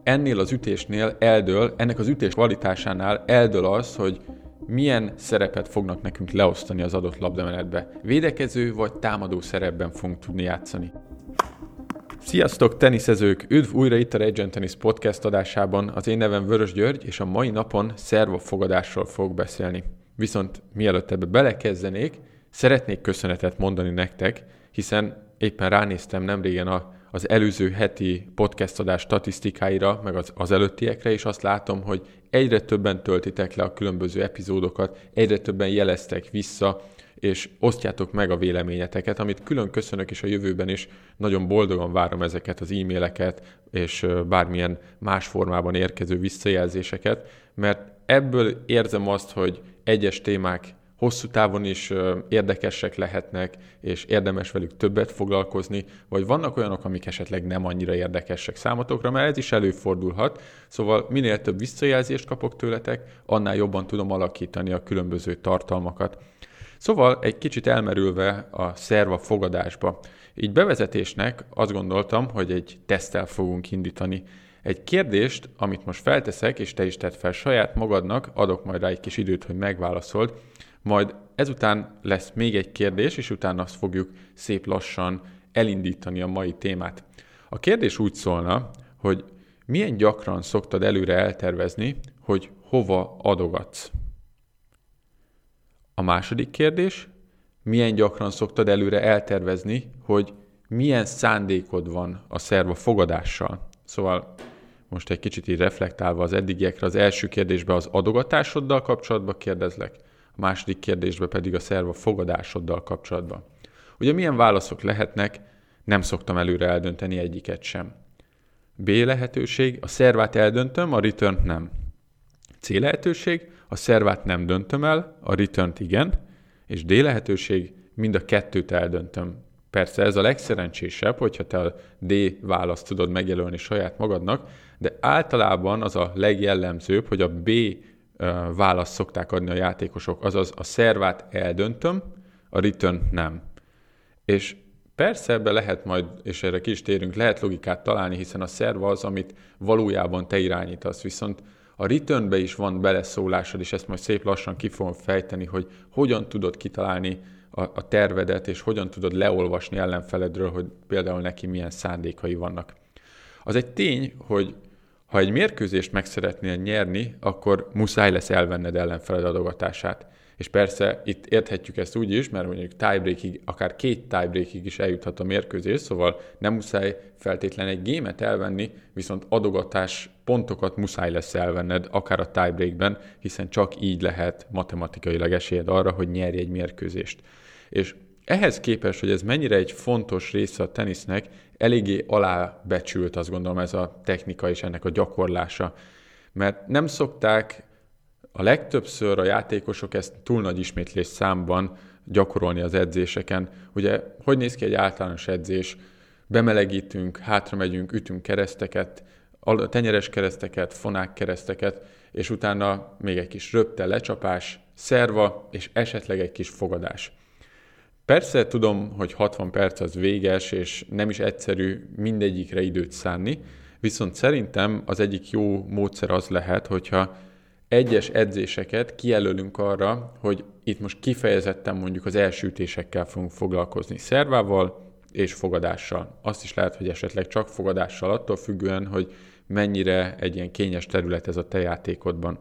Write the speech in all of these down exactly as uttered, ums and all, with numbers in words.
ennél az ütésnél eldől, ennek az ütés kvalitásánál eldől az, hogy milyen szerepet fognak nekünk leosztani az adott labdamenetbe. Védekező vagy támadó szerepben fogunk tudni játszani. Sziasztok, teniszezők! Üdv újra itt a Regen Tennis Podcast adásában. Az én nevem Vörös György, és a mai napon szervafogadásról fogok beszélni. Viszont mielőtt ebbe belekezdenék, szeretnék köszönetet mondani nektek, hiszen éppen ránéztem nemrégen a, az előző heti podcast adás statisztikáira, meg az, az előttiekre, és azt látom, hogy egyre többen töltitek le a különböző epizódokat, egyre többen jeleztek vissza, és osztjátok meg a véleményeteket, amit külön köszönök, és a jövőben is nagyon boldogan várom ezeket az e-maileket, és bármilyen más formában érkező visszajelzéseket, mert ebből érzem azt, hogy egyes témák hosszú távon is érdekesek lehetnek, és érdemes velük többet foglalkozni, vagy vannak olyanok, amik esetleg nem annyira érdekesek számotokra, mert ez is előfordulhat. Szóval minél több visszajelzést kapok tőletek, annál jobban tudom alakítani a különböző tartalmakat. Szóval egy kicsit elmerülve a szervafogadásba. Így bevezetésnek azt gondoltam, hogy egy teszttel fogunk indítani. Egy kérdést, amit most felteszek, és te is tedd fel saját magadnak, adok majd rá egy kis időt, hogy megválaszold, majd ezután lesz még egy kérdés, és utána azt fogjuk szép lassan elindítani a mai témát. A kérdés úgy szólna, hogy milyen gyakran szoktad előre eltervezni, hogy hova adogatsz? A második kérdés, milyen gyakran szoktad előre eltervezni, hogy milyen szándékod van a szervafogadással? Szóval most egy kicsit így reflektálva az eddigiekre, az első kérdésben az adogatásoddal kapcsolatban kérdezlek, a második kérdésben pedig a szervafogadásoddal kapcsolatban. Ugye milyen válaszok lehetnek, nem szoktam előre eldönteni egyiket sem. B lehetőség, a szervát eldöntöm, a return nem. C lehetőség, a szervát nem döntöm el, a return-t igen, és D lehetőség, mind a kettőt eldöntöm. Persze ez a legszerencsésebb, hogyha te a D választ tudod megjelölni saját magadnak, de általában az a legjellemzőbb, hogy a B választ szokták adni a játékosok, azaz a szervát eldöntöm, a return nem. És persze ebbe lehet majd, és erre ki is térünk, lehet logikát találni, hiszen a szerva az, amit valójában te irányítasz, viszont a returnbe is van beleszólásod, és ezt majd szép lassan ki fogom fejteni, hogy hogyan tudod kitalálni a, a tervedet, és hogyan tudod leolvasni ellenfeledről, hogy például neki milyen szándékai vannak. Az egy tény, hogy ha egy mérkőzést meg szeretnél nyerni, akkor muszáj lesz elvenned ellenfeled adogatását. És persze itt érthetjük ezt úgy is, mert mondjuk tiebreakig, akár két tiebreakig is eljuthat a mérkőzés, szóval nem muszáj feltétlenül egy gémet elvenni, viszont adogatás pontokat muszáj lesz elvenned, akár a tiebreakben, hiszen csak így lehet matematikailag esélyed arra, hogy nyerj egy mérkőzést. És ehhez képest, hogy ez mennyire egy fontos része a tenisznek, eléggé alábecsült, azt gondolom, ez a technika és ennek a gyakorlása. Mert nem szokták a legtöbbször a játékosok ezt túl nagy ismétlés számban gyakorolni az edzéseken. Ugye, hogy néz ki egy általános edzés? Bemelegítünk, hátra megyünk, ütünk kereszteket, tenyeres kereszteket, fonák kereszteket, és utána még egy kis röpte lecsapás, szerva, és esetleg egy kis fogadás. Persze tudom, hogy hatvan perc az véges, és nem is egyszerű mindegyikre időt szánni, viszont szerintem az egyik jó módszer az lehet, hogyha egyes edzéseket kijelölünk arra, hogy itt most kifejezetten mondjuk az első ütésekkel fogunk foglalkozni, szervával és fogadással. Azt is lehet, hogy esetleg csak fogadással, attól függően, hogy mennyire egy ilyen kényes terület ez a te játékodban.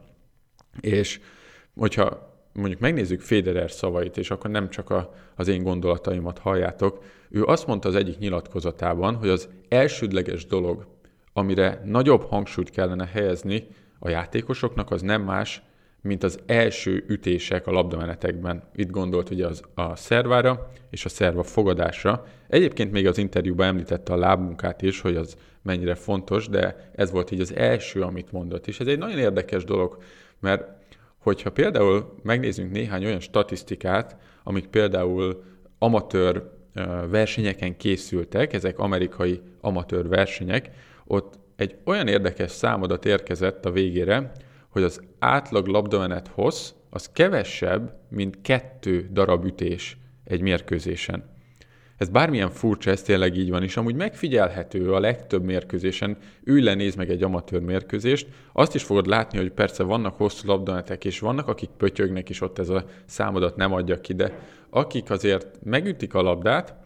És hogyha mondjuk megnézzük Federer szavait, és akkor nem csak a, az én gondolataimat halljátok, ő azt mondta az egyik nyilatkozatában, hogy az elsődleges dolog, amire nagyobb hangsúlyt kellene helyezni a játékosoknak, az nem más, mint az első ütések a labdamenetekben. Itt gondolt ugye az, a szervára és a szerva fogadásra. Egyébként még az interjúban említette a lábmunkát is, hogy az mennyire fontos, de ez volt így az első, amit mondott. És ez egy nagyon érdekes dolog, mert hogyha például megnézzünk néhány olyan statisztikát, amik például amatőr versenyeken készültek, ezek amerikai amatőr versenyek, ott egy olyan érdekes számadat érkezett a végére, hogy az átlag labdamenet hossz az kevesebb, mint kettő darab ütés egy mérkőzésen. Ez bármilyen furcsa, ez tényleg így van, és amúgy megfigyelhető a legtöbb mérkőzésen, ülj le, nézd meg egy amatőr mérkőzést, azt is fogod látni, hogy persze vannak hosszú labdamenetek, és vannak, akik pötyögnek, és ott ez a számodat nem adja ki, de akik azért megütik a labdát,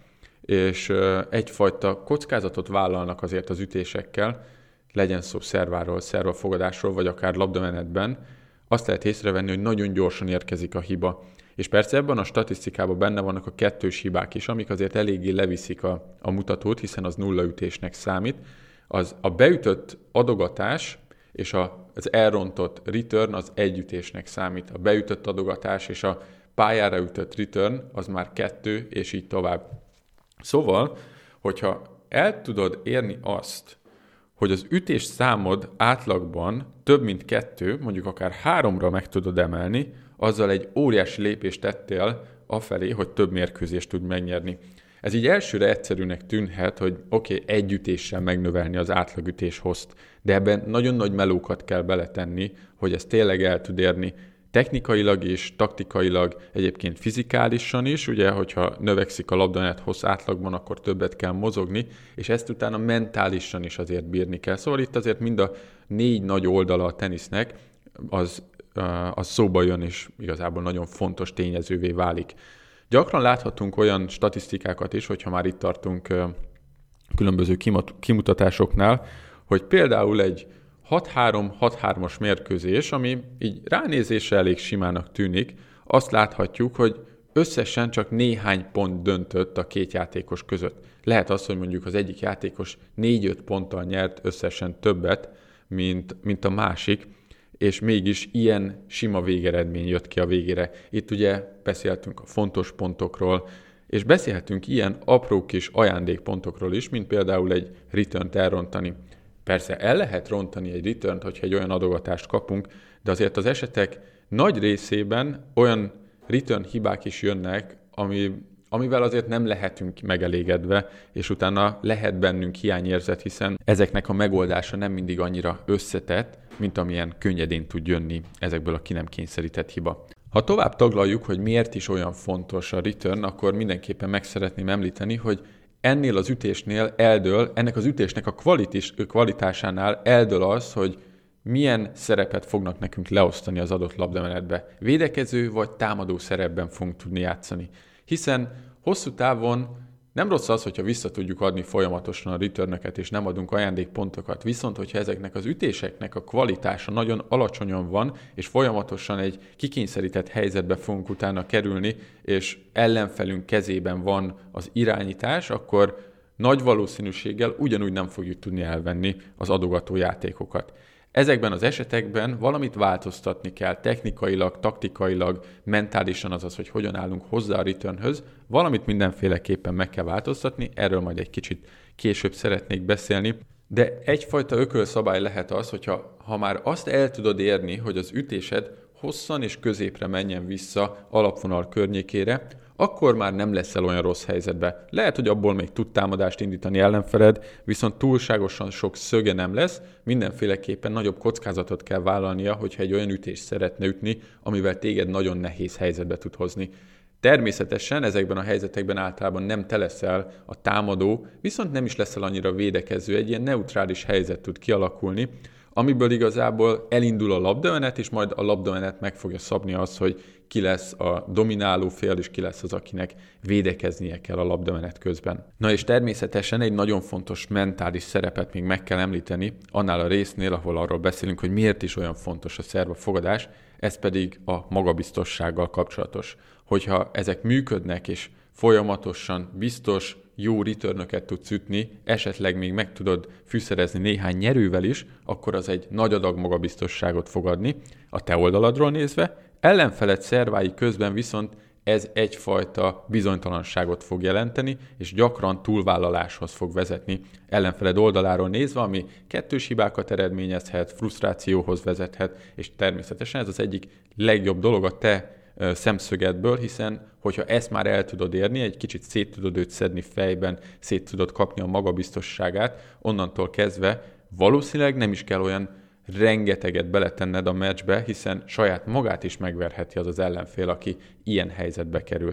és egyfajta kockázatot vállalnak azért az ütésekkel, legyen szó szerváról, szervafogadásról, vagy akár labdamenetben, azt lehet észrevenni, hogy nagyon gyorsan érkezik a hiba. És persze ebben a statisztikában benne vannak a kettős hibák is, amik azért eléggé leviszik a, a mutatót, hiszen az nulla ütésnek számít. Az a beütött adogatás és a, az elrontott return az egy ütésnek számít. A beütött adogatás és a pályára ütött return az már kettő, és így tovább. Szóval, hogyha el tudod érni azt, hogy az ütés számod átlagban több mint kettő, mondjuk akár háromra meg tudod emelni, azzal egy óriási lépést tettél afelé, hogy több mérkőzést tud megnyerni. Ez így elsőre egyszerűnek tűnhet, hogy oké, okay, egy ütéssel megnövelni az átlagütéshozt, de ebben nagyon nagy melókat kell beletenni, hogy ez tényleg el tud érni. Technikailag és taktikailag, egyébként fizikálisan is, ugye, hogyha növekszik a labdamenet hossz átlagban, akkor többet kell mozogni, és ezt utána mentálisan is azért bírni kell. Szóval itt azért mind a négy nagy oldala a tenisznek, az, az szóba jön, és igazából nagyon fontos tényezővé válik. Gyakran láthatunk olyan statisztikákat is, hogyha már itt tartunk különböző kimutatásoknál, hogy például egy hat három hat hármas mérkőzés, ami így ránézésre elég simának tűnik, azt láthatjuk, hogy összesen csak néhány pont döntött a két játékos között. Lehet az, hogy mondjuk az egyik játékos négy-öt ponttal nyert összesen többet, mint, mint a másik, és mégis ilyen sima végeredmény jött ki a végére. Itt ugye beszéltünk a fontos pontokról, és beszélhetünk ilyen apró kis ajándékpontokról is, mint például egy returnt elrontani. Persze el lehet rontani egy returnt, hogyha egy olyan adogatást kapunk, de azért az esetek nagy részében olyan return hibák is jönnek, ami, amivel azért nem lehetünk megelégedve, és utána lehet bennünk hiányérzet, hiszen ezeknek a megoldása nem mindig annyira összetett, mint amilyen könnyedén tud jönni ezekből a ki nem kényszerített hiba. Ha tovább taglaljuk, hogy miért is olyan fontos a return, akkor mindenképpen meg szeretném említeni, hogy ennél az ütésnél eldől, ennek az ütésnek a kvalitis, kvalitásánál eldől az, hogy milyen szerepet fognak nekünk leosztani az adott labdamenetbe. Védekező vagy támadó szerepben fogunk tudni játszani. Hiszen hosszú távon nem rossz az, hogyha vissza tudjuk adni folyamatosan a returnöket, és nem adunk ajándékpontokat. Viszont, hogyha ezeknek az ütéseknek a kvalitása nagyon alacsonyan van, és folyamatosan egy kikényszerített helyzetbe fogunk utána kerülni, és ellenfelünk kezében van az irányítás, akkor nagy valószínűséggel ugyanúgy nem fogjuk tudni elvenni az adogató játékokat. Ezekben az esetekben valamit változtatni kell technikailag, taktikailag, mentálisan, azaz, hogy hogyan állunk hozzá a returnhöz, valamit mindenféleképpen meg kell változtatni, erről majd egy kicsit később szeretnék beszélni, de egyfajta ökölszabály lehet az, hogyha ha már azt el tudod érni, hogy az ütésed hosszan és középre menjen vissza alapvonal környékére, akkor már nem leszel olyan rossz helyzetbe. Lehet, hogy abból még tud támadást indítani ellenfeled, viszont túlságosan sok szöge nem lesz, mindenféleképpen nagyobb kockázatot kell vállalnia, hogyha egy olyan ütést szeretne ütni, amivel téged nagyon nehéz helyzetbe tud hozni. Természetesen ezekben a helyzetekben általában nem te leszel a támadó, viszont nem is leszel annyira védekező, egy ilyen neutrális helyzet tud kialakulni, amiből igazából elindul a labdamenet, és majd a labdamenet meg fogja szabni azt, hogy ki lesz a domináló fél, és ki lesz az, akinek védekeznie kell a labdamenet közben. Na és természetesen egy nagyon fontos mentális szerepet még meg kell említeni, annál a résznél, ahol arról beszélünk, hogy miért is olyan fontos a szervafogadás, ez pedig a magabiztossággal kapcsolatos. Hogyha ezek működnek, és folyamatosan biztos, jó returnöket tudsz ütni, esetleg még meg tudod fűszerezni néhány nyerővel is, akkor az egy nagy adag magabiztosságot fog adni a te oldaladról nézve, ellenfeled szervái közben viszont ez egyfajta bizonytalanságot fog jelenteni, és gyakran túlvállaláshoz fog vezetni ellenfeled oldaláról nézve, ami kettős hibákat eredményezhet, frusztrációhoz vezethet, és természetesen ez az egyik legjobb dolog a te szemszögedből, hiszen hogyha ezt már el tudod érni, egy kicsit szét tudod őt szedni fejben, szét tudod kapni a magabiztosságát, onnantól kezdve valószínűleg nem is kell olyan rengeteget beletenned a meccsbe, hiszen saját magát is megverheti az az ellenfél, aki ilyen helyzetbe került.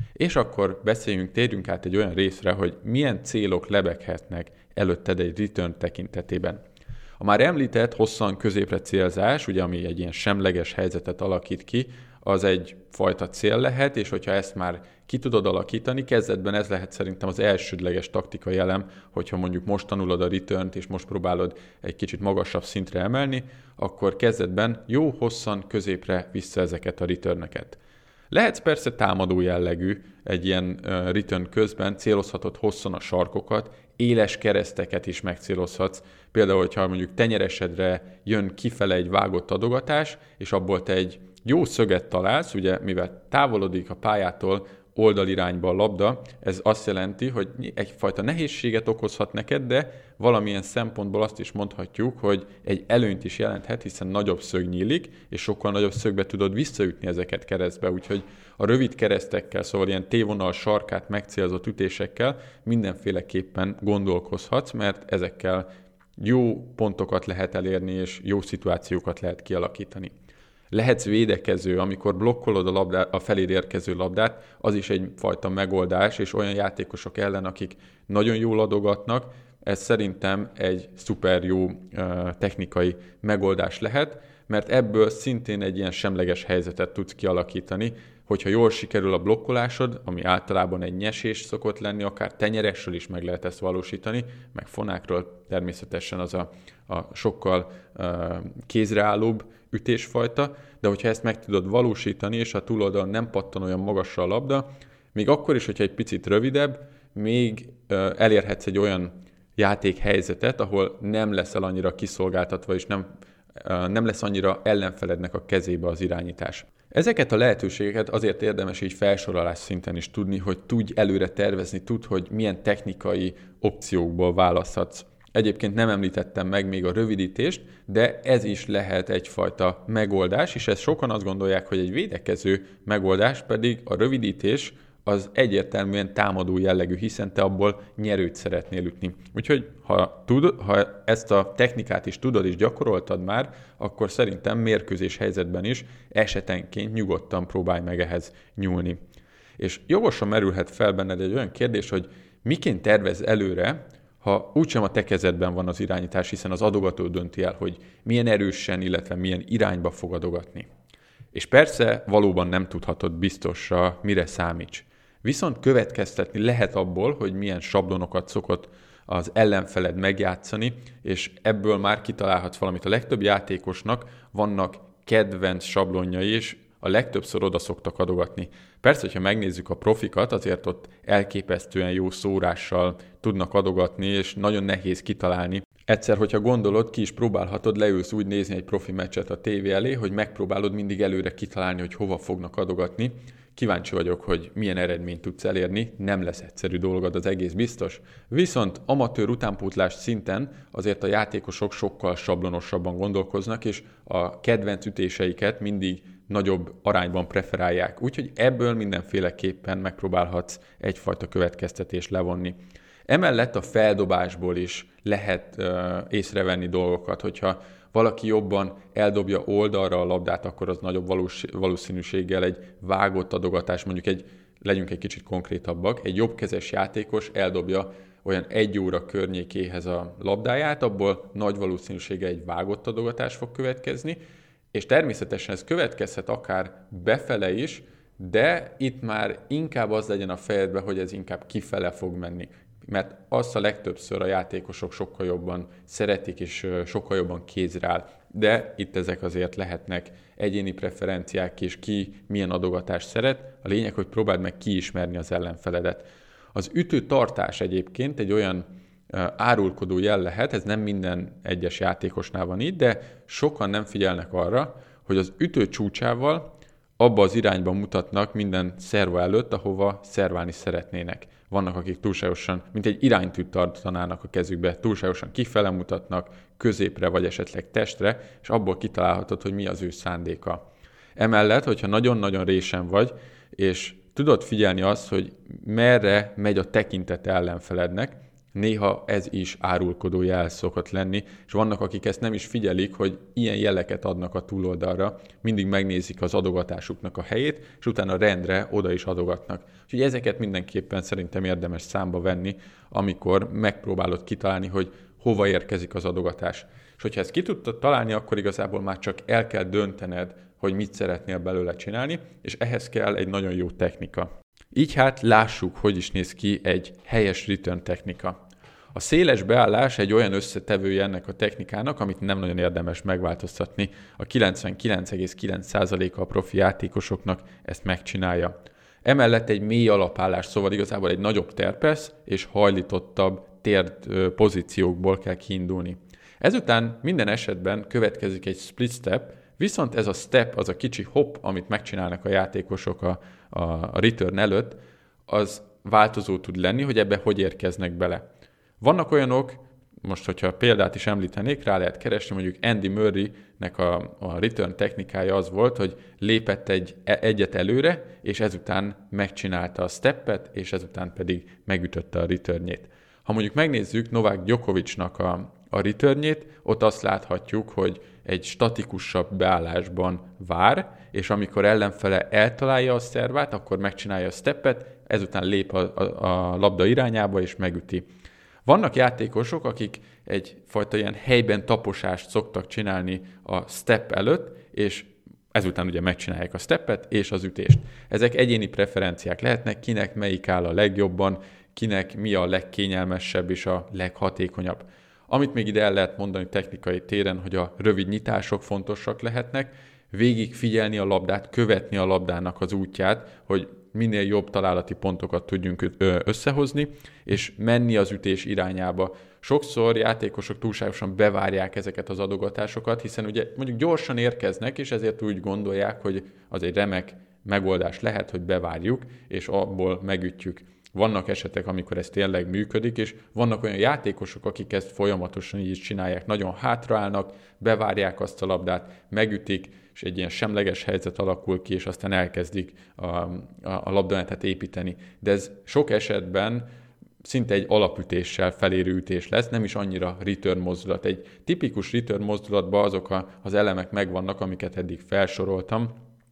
És akkor beszéljünk, térjünk át egy olyan részre, hogy milyen célok lebeghetnek előtted egy return tekintetében. A már említett hosszan középre célzás, ugye ami egy ilyen semleges helyzetet alakít ki, az egy fajta cél lehet, és hogyha ezt már ki tudod alakítani, kezdetben ez lehet szerintem az elsődleges taktikai elem, hogyha mondjuk most tanulod a returnt, és most próbálod egy kicsit magasabb szintre emelni, akkor kezdetben jó hosszan középre vissza ezeket a returneket. Lehetsz persze támadó jellegű egy ilyen uh, return közben, célozhatod hosszan a sarkokat, éles kereszteket is megcélozhatsz. Például, hogyha mondjuk tenyeresedre jön kifele egy vágott adogatás, és abból te egy jó szöget találsz, ugye mivel távolodik a pályától oldalirányba a labda, ez azt jelenti, hogy egyfajta nehézséget okozhat neked, de valamilyen szempontból azt is mondhatjuk, hogy egy előnyt is jelenthet, hiszen nagyobb szög nyílik, és sokkal nagyobb szögbe tudod visszaütni ezeket keresztbe, úgyhogy a rövid keresztekkel, szóval ilyen T-vonal sarkát megcélzott ütésekkel mindenféleképpen gondolkozhatsz, mert ezekkel jó pontokat lehet elérni, és jó szituációkat lehet kialakítani. Lehetsz védekező, amikor blokkolod a, labdát, a feléd érkező labdát, az is egyfajta megoldás, és olyan játékosok ellen, akik nagyon jól adogatnak, ez szerintem egy szuper jó uh, technikai megoldás lehet, mert ebből szintén egy ilyen semleges helyzetet tudsz kialakítani, hogyha jól sikerül a blokkolásod, ami általában egy nyesés szokott lenni, akár tenyeresről is meg lehet ezt valósítani, meg fonákról természetesen az a, a sokkal uh, kézreállóbb ütésfajta, de hogyha ezt meg tudod valósítani, és a túloldalon nem pattan olyan magasra a labda, még akkor is, hogyha egy picit rövidebb, még uh, elérhetsz egy olyan játékhelyzetet, ahol nem leszel annyira kiszolgáltatva, és nem, uh, nem lesz annyira ellenfelednek a kezébe az irányítás. Ezeket a lehetőségeket azért érdemes így felsorolás szinten is tudni, hogy tudj előre tervezni, tudd, hogy milyen technikai opciókból választhatsz. Egyébként nem említettem meg még a rövidítést, de ez is lehet egyfajta megoldás, és ezt sokan azt gondolják, hogy egy védekező megoldás, pedig a rövidítés az egyértelműen támadó jellegű, hiszen te abból nyerőt szeretnél ütni. Úgyhogy ha, tud, ha ezt a technikát is tudod és gyakoroltad már, akkor szerintem mérkőzés helyzetben is esetenként nyugodtan próbálj meg ehhez nyúlni. És jogosan merülhet fel benned egy olyan kérdés, hogy miként tervez előre, ha úgysem a te kezedben van az irányítás, hiszen az adogató dönti el, hogy milyen erősen, illetve milyen irányba fog adogatni. És persze valóban nem tudhatod biztosra, mire számíts. Viszont következtetni lehet abból, hogy milyen sablonokat szokott az ellenfeled megjátszani, és ebből már kitalálhatsz valamit. A legtöbb játékosnak vannak kedvenc sablonjai, és a legtöbbször oda szoktak adogatni. Persze, hogyha megnézzük a profikat, azért ott elképesztően jó szórással tudnak adogatni, és nagyon nehéz kitalálni. Egyszer, hogyha gondolod, ki is próbálhatod, leülsz úgy nézni egy profi meccset a tévé elé, hogy megpróbálod mindig előre kitalálni, hogy hova fognak adogatni. Kíváncsi vagyok, hogy milyen eredményt tudsz elérni, nem lesz egyszerű dolgod, az egész biztos. Viszont amatőr utánpótlás szinten azért a játékosok sokkal sablonosabban gondolkoznak, és a kedvenc ütéseiket mindig nagyobb arányban preferálják. Úgyhogy ebből mindenféleképpen megpróbálhatsz egyfajta következtetést levonni. Emellett a feldobásból is lehet uh, észrevenni dolgokat, hogyha valaki jobban eldobja oldalra a labdát, akkor az nagyobb valós, valószínűséggel egy vágott adogatás, mondjuk egy, legyünk egy kicsit konkrétabbak, egy jobbkezes játékos eldobja olyan egy óra környékéhez a labdáját, abból nagy valószínűséggel egy vágott adogatás fog következni, és természetesen ez következhet akár befele is, de itt már inkább az legyen a fejedben, hogy ez inkább kifele fog menni. Mert azt a legtöbbször a játékosok sokkal jobban szeretik, és sokkal jobban kézre áll. De itt ezek azért lehetnek egyéni preferenciák, és ki milyen adogatást szeret. A lényeg, hogy próbáld meg kiismerni az ellenfeledet. Az ütőtartás egyébként egy olyan árulkodó jel lehet, ez nem minden egyes játékosnál van így, de sokan nem figyelnek arra, hogy az ütő csúcsával abba az irányba mutatnak minden szerva előtt, ahova szerválni szeretnének. Vannak, akik túlságosan, mint egy iránytűt tartanának a kezükbe, túlságosan kifele mutatnak, középre vagy esetleg testre, és abból kitalálhatod, hogy mi az ő szándéka. Emellett, hogyha nagyon-nagyon résen vagy, és tudod figyelni azt, hogy merre megy a tekintete ellenfelednek, néha ez is árulkodó jel szokott lenni, és vannak, akik ezt nem is figyelik, hogy ilyen jeleket adnak a túloldalra, mindig megnézik az adogatásuknak a helyét, és utána rendre oda is adogatnak. Úgyhogy ezeket mindenképpen szerintem érdemes számba venni, amikor megpróbálod kitalálni, hogy hova érkezik az adogatás. És hogyha ezt ki tudtad találni, akkor igazából már csak el kell döntened, hogy mit szeretnél belőle csinálni, és ehhez kell egy nagyon jó technika. Így hát lássuk, hogy is néz ki egy helyes return technika. A széles beállás egy olyan összetevője ennek a technikának, amit nem nagyon érdemes megváltoztatni. A kilencvenkilenc egész kilenc százaléka a profi játékosoknak ezt megcsinálja. Emellett egy mély alapállás, szóval igazából egy nagyobb terpesz és hajlítottabb térd pozíciókból kell kiindulni. Ezután minden esetben következik egy split step, viszont ez a step, az a kicsi hop, amit megcsinálnak a játékosok a, a, a return előtt, az változó tud lenni, hogy ebbe hogy érkeznek bele. Vannak olyanok, most hogyha példát is említenék, rá lehet keresni, mondjuk Andy Murray-nek a, a return technikája az volt, hogy lépett egy, egyet előre, és ezután megcsinálta a steppet, és ezután pedig megütötte a returnjét. Ha mondjuk megnézzük Novák Djokovicnak a, a returnjét, ott azt láthatjuk, hogy egy statikusabb beállásban vár, és amikor ellenfele eltalálja a szervát, akkor megcsinálja a steppet, ezután lép a, a, a labda irányába, és megüti. Vannak játékosok, akik egyfajta ilyen helyben taposást szoktak csinálni a step előtt, és ezután ugye megcsinálják a steppet és az ütést. Ezek egyéni preferenciák lehetnek, kinek melyik áll a legjobban, kinek mi a legkényelmesebb és a leghatékonyabb. Amit még ide el lehet mondani technikai téren, hogy a rövid nyitások fontosak lehetnek, végig figyelni a labdát, követni a labdának az útját, hogy minél jobb találati pontokat tudjunk összehozni, és menni az ütés irányába. Sokszor játékosok túlságosan bevárják ezeket az adogatásokat, hiszen ugye mondjuk gyorsan érkeznek, és ezért úgy gondolják, hogy az egy remek megoldás lehet, hogy bevárjuk, és abból megütjük. Vannak esetek, amikor ez tényleg működik, és vannak olyan játékosok, akik ezt folyamatosan így csinálják. Nagyon hátraállnak, bevárják azt a labdát, megütik, és egy ilyen semleges helyzet alakul ki, és aztán elkezdik a, a, a labdamenetet építeni. De ez sok esetben szinte egy alapütéssel felérő ütés lesz, nem is annyira return mozdulat. Egy tipikus return mozdulatban azok a, az elemek megvannak, amiket eddig felsoroltam,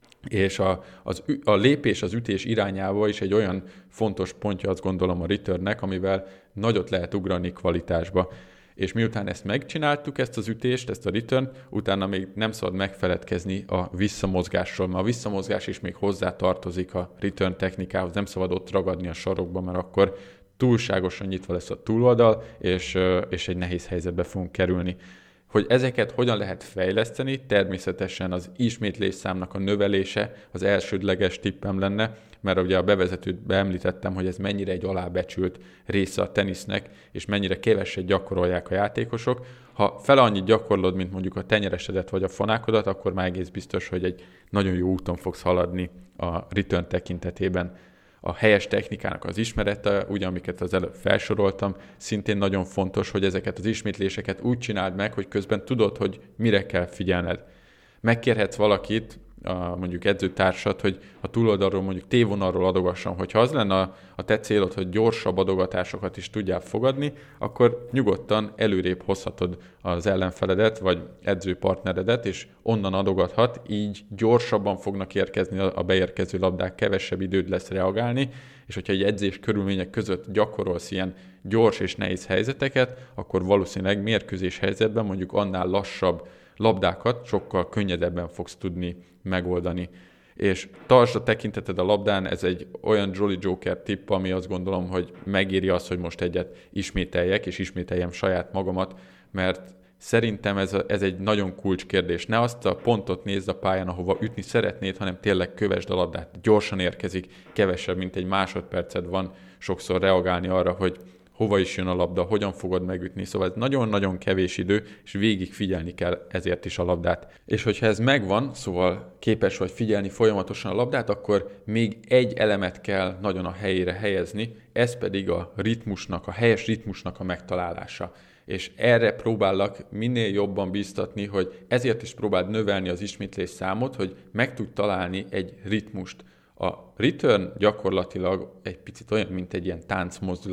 és a, az, a lépés az ütés irányába is egy olyan fontos pontja, azt gondolom, a returnnek, amivel nagyot lehet ugrani kvalitásba. És miután ezt megcsináltuk, ezt az ütést, ezt a return, utána még nem szabad megfeledkezni a visszamozgásról, mert a visszamozgás is még hozzá tartozik a return technikához, nem szabad ott ragadni a sarokba, mert akkor túlságosan nyitva lesz a túloldal, és, és egy nehéz helyzetbe fogunk kerülni. Hogy ezeket hogyan lehet fejleszteni, természetesen az ismétlésszámnak a növelése az elsődleges tippem lenne, mert ugye a bevezetőt említettem, hogy ez mennyire egy alábecsült része a tenisznek, és mennyire keveset gyakorolják a játékosok. Ha fele annyit gyakorlod, mint mondjuk a tenyeresedet vagy a fonákodat, akkor már egész biztos, hogy egy nagyon jó úton fogsz haladni a return tekintetében. A helyes technikának az ismerete, ugye amiket az előbb felsoroltam, szintén nagyon fontos, hogy ezeket az ismétléseket úgy csináld meg, hogy közben tudod, hogy mire kell figyelned. Megkérhetsz valakit, a, mondjuk edzőtársat, hogy a túloldalról mondjuk tévonalról adogasson. Hogyha az lenne a, a te célod, hogy gyorsabb adogatásokat is tudjál fogadni, akkor nyugodtan előrébb hozhatod az ellenfeledet, vagy edzőpartneredet, és onnan adogathat, így gyorsabban fognak érkezni a beérkező labdák, kevesebb időd lesz reagálni, és hogyha egy edzés körülmények között gyakorolsz ilyen gyors és nehéz helyzeteket, akkor valószínűleg mérkőzés helyzetben mondjuk annál lassabb labdákat sokkal könnyedebben fogsz tudni megoldani. És tartsd a tekinteted a labdán, ez egy olyan Jolly Joker tipp, ami azt gondolom, hogy megéri azt, hogy most egyet ismételjek, és ismételjem saját magamat, mert szerintem ez, a, ez egy nagyon kulcskérdés. Ne azt a pontot nézd a pályán, ahova ütni szeretnéd, hanem tényleg kövesd a labdát. Gyorsan érkezik, kevesebb, mint egy másodperced van sokszor reagálni arra, hogy hova is jön a labda, hogyan fogod megütni. Szóval ez nagyon-nagyon kevés idő, és végig figyelni kell ezért is a labdát. És hogyha ez megvan, szóval képes vagy figyelni folyamatosan a labdát, akkor még egy elemet kell nagyon a helyére helyezni, ez pedig a ritmusnak, a helyes ritmusnak a megtalálása. És erre próbállak minél jobban bíztatni, hogy ezért is próbáld növelni az ismétlés számot, hogy meg tudj találni egy ritmust. A return gyakorlatilag egy picit olyan, mint egy ilyen táncmozdulat,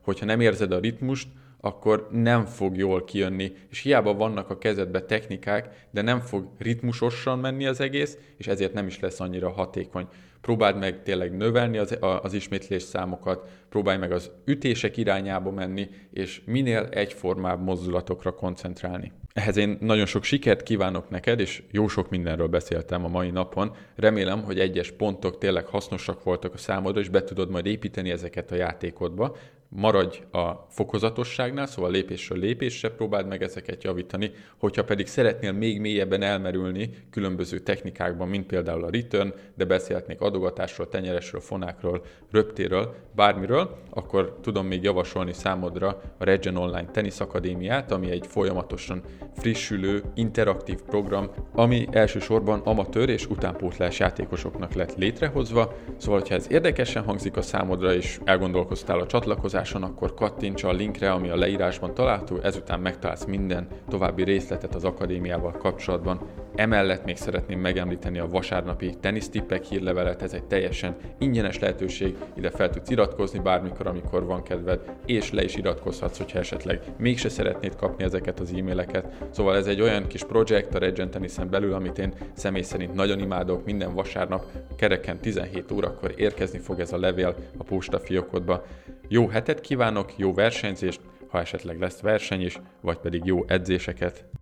hogyha nem érzed a ritmust, akkor nem fog jól kijönni, és hiába vannak a kezedbe technikák, de nem fog ritmusosan menni az egész, és ezért nem is lesz annyira hatékony. Próbáld meg tényleg növelni az, az ismétlés számokat, próbálj meg az ütések irányába menni, és minél egyformább mozdulatokra koncentrálni. Ehhez én nagyon sok sikert kívánok neked, és jó sok mindenről beszéltem a mai napon. Remélem, hogy egyes pontok tényleg hasznosak voltak a számodra, és be tudod majd építeni ezeket a játékodba. Maradj a fokozatosságnál, szóval lépésről lépésre próbáld meg ezeket javítani, hogyha pedig szeretnél még mélyebben elmerülni különböző technikákban, mint például a return, de beszélhetnék adogatásról, tenyeresről, fonákról, röptéről, bármiről, akkor tudom még javasolni számodra a Regen Online Tenisz Akadémiát, ami egy folyamatosan frissülő, interaktív program, ami elsősorban amatőr és utánpótlás játékosoknak lett létrehozva, szóval ha ez érdekesen hangzik a számodra, és elgondolkoztál a csatlakozáson, akkor kattints a linkre, ami a leírásban található, ezután megtalálsz minden további részletet az akadémiával kapcsolatban. Emellett még szeretném megemlíteni a vasárnapi tenisztippek hírlevelet, ez egy teljesen ingyenes lehetőség, ide fel tudsz iratkozni bármikor, amikor van kedved, és le is iratkozhatsz, hogyha esetleg mégse szeretnéd kapni ezeket az e-maileket. Szóval ez egy olyan kis projekt a Regen Teniszen belül, amit én személy szerint nagyon imádok, minden vasárnap kereken tizenhét órakor érkezni fog ez a levél a postafiókodba. Jó hetet kívánok, jó versenyzést, ha esetleg lesz verseny is, vagy pedig jó edzéseket.